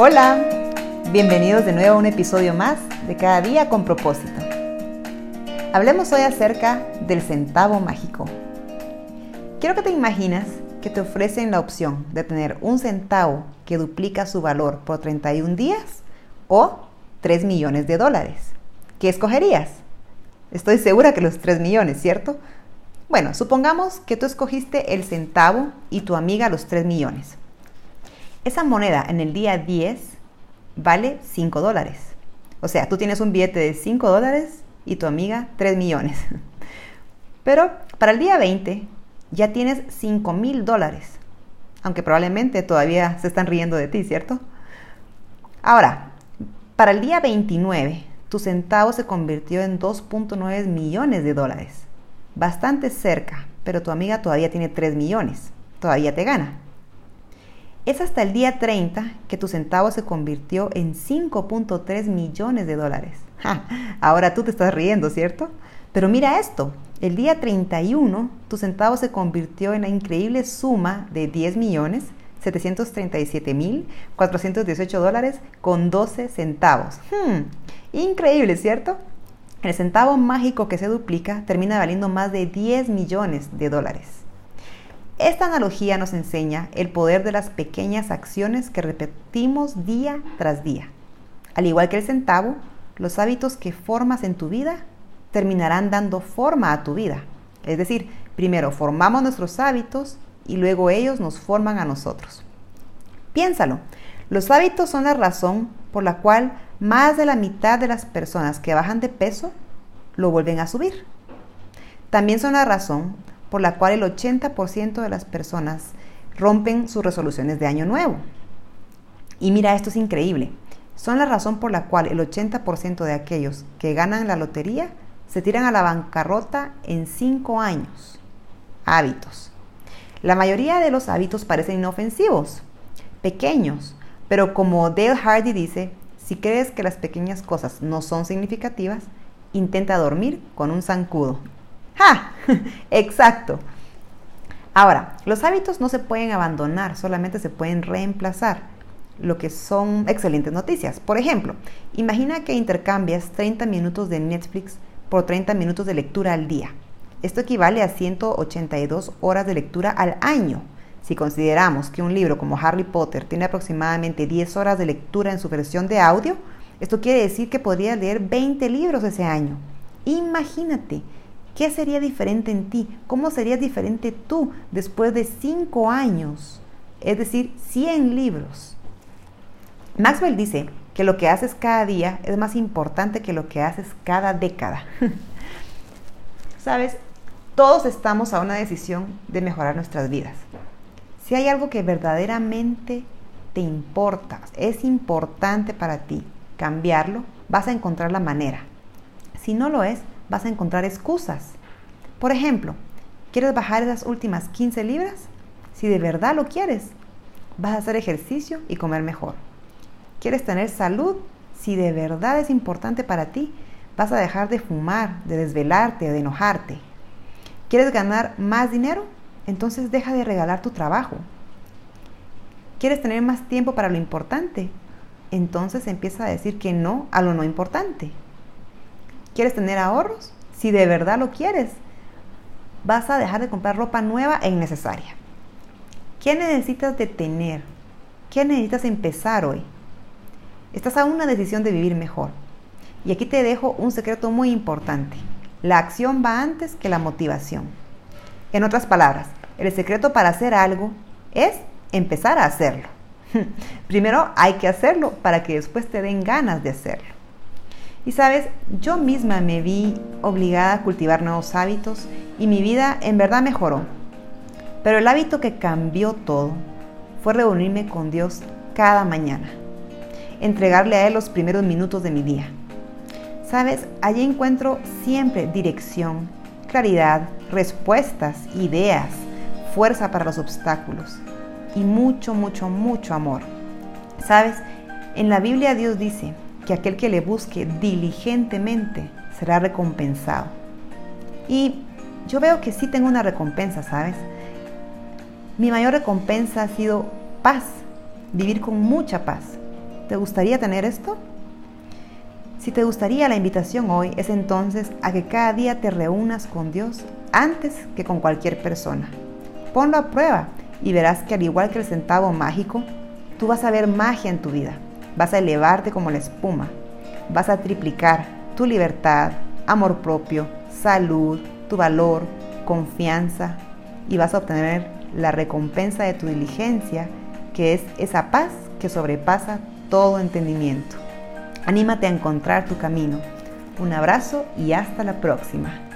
Hola, bienvenidos de nuevo a un episodio más de Cada Día con Propósito. Hablemos hoy acerca del centavo mágico. Quiero que te imaginas que te ofrecen la opción de tener un centavo que duplica su valor por 31 días o 3 millones de dólares. ¿Qué escogerías? Estoy segura que los 3 millones, ¿cierto? Bueno, supongamos que tú escogiste el centavo y tu amiga los 3 millones. Esa moneda en el día 10 vale 5 dólares. O sea, tú tienes un billete de 5 dólares y tu amiga 3 millones. Pero para el día 20 ya tienes 5,000 dólares. Aunque probablemente todavía se están riendo de ti, ¿cierto? Ahora, para el día 29, tu centavo se convirtió en 2,9 millones de dólares. Bastante cerca, pero tu amiga todavía tiene 3 millones. Todavía te gana. Es hasta el día 30 que tu centavo se convirtió en 5,3 millones de dólares. Ahora tú te estás riendo, ¿cierto? Pero mira esto, el día 31 tu centavo se convirtió en la increíble suma de 10,737,418 dólares con 12 centavos. Increíble, ¿cierto? El centavo mágico que se duplica termina valiendo más de 10 millones de dólares. Esta analogía nos enseña el poder de las pequeñas acciones que repetimos día tras día. Al igual que el centavo, los hábitos que formas en tu vida terminarán dando forma a tu vida. Es decir, primero formamos nuestros hábitos y luego ellos nos forman a nosotros. Piénsalo, los hábitos son la razón por la cual más de la mitad de las personas que bajan de peso lo vuelven a subir. También son la razón por la cual el 80% de las personas rompen sus resoluciones de año nuevo. Y mira, esto es increíble. Son la razón por la cual el 80% de aquellos que ganan la lotería se tiran a la bancarrota en 5 años. Hábitos. La mayoría de los hábitos parecen inofensivos, pequeños, pero como Dale Hardy dice, si crees que las pequeñas cosas no son significativas, intenta dormir con un zancudo. ¡Ja! Exacto. Ahora, los hábitos no se pueden abandonar, solamente se pueden reemplazar, lo que son excelentes noticias. Por ejemplo, imagina que intercambias 30 minutos de Netflix por 30 minutos de lectura al día. Esto equivale a 182 horas de lectura al año. Si consideramos que un libro como Harry Potter tiene aproximadamente 10 horas de lectura en su versión de audio, esto quiere decir que podrías leer 20 libros ese año. Imagínate. ¿Qué sería diferente en ti? ¿Cómo serías diferente tú después de 5 años? Es decir, 100 libros. Maxwell dice que lo que haces cada día es más importante que lo que haces cada década. ¿Sabes? Todos estamos a una decisión de mejorar nuestras vidas. Si hay algo que verdaderamente te importa, es importante para ti cambiarlo, vas a encontrar la manera. Si no lo es, vas a encontrar excusas. Por ejemplo, ¿quieres bajar esas últimas 15 libras? Si de verdad lo quieres, vas a hacer ejercicio y comer mejor. ¿Quieres tener salud? Si de verdad es importante para ti, vas a dejar de fumar, de desvelarte, de enojarte. ¿Quieres ganar más dinero? Entonces deja de regalar tu trabajo. ¿Quieres tener más tiempo para lo importante? Entonces empieza a decir que no a lo no importante. ¿Quieres tener ahorros? Si de verdad lo quieres, vas a dejar de comprar ropa nueva e innecesaria. ¿Qué necesitas de tener? ¿Qué necesitas empezar hoy? Estás a una decisión de vivir mejor. Y aquí te dejo un secreto muy importante. La acción va antes que la motivación. En otras palabras, el secreto para hacer algo es empezar a hacerlo. Primero hay que hacerlo para que después te den ganas de hacerlo. Y sabes, yo misma me vi obligada a cultivar nuevos hábitos y mi vida en verdad mejoró. Pero el hábito que cambió todo fue reunirme con Dios cada mañana, entregarle a Él los primeros minutos de mi día. Sabes, allí encuentro siempre dirección, claridad, respuestas, ideas, fuerza para los obstáculos y mucho, mucho, mucho amor. Sabes, en la Biblia Dios dice que aquel que le busque diligentemente será recompensado. Y yo veo que sí tengo una recompensa, ¿sabes? Mi mayor recompensa ha sido paz, vivir con mucha paz. ¿Te gustaría tener esto? Si te gustaría, la invitación hoy es entonces a que cada día te reúnas con Dios antes que con cualquier persona. Ponlo a prueba y verás que al igual que el centavo mágico, tú vas a ver magia en tu vida. Vas a elevarte como la espuma. Vas a triplicar tu libertad, amor propio, salud, tu valor, confianza y vas a obtener la recompensa de tu diligencia, que es esa paz que sobrepasa todo entendimiento. Anímate a encontrar tu camino. Un abrazo y hasta la próxima.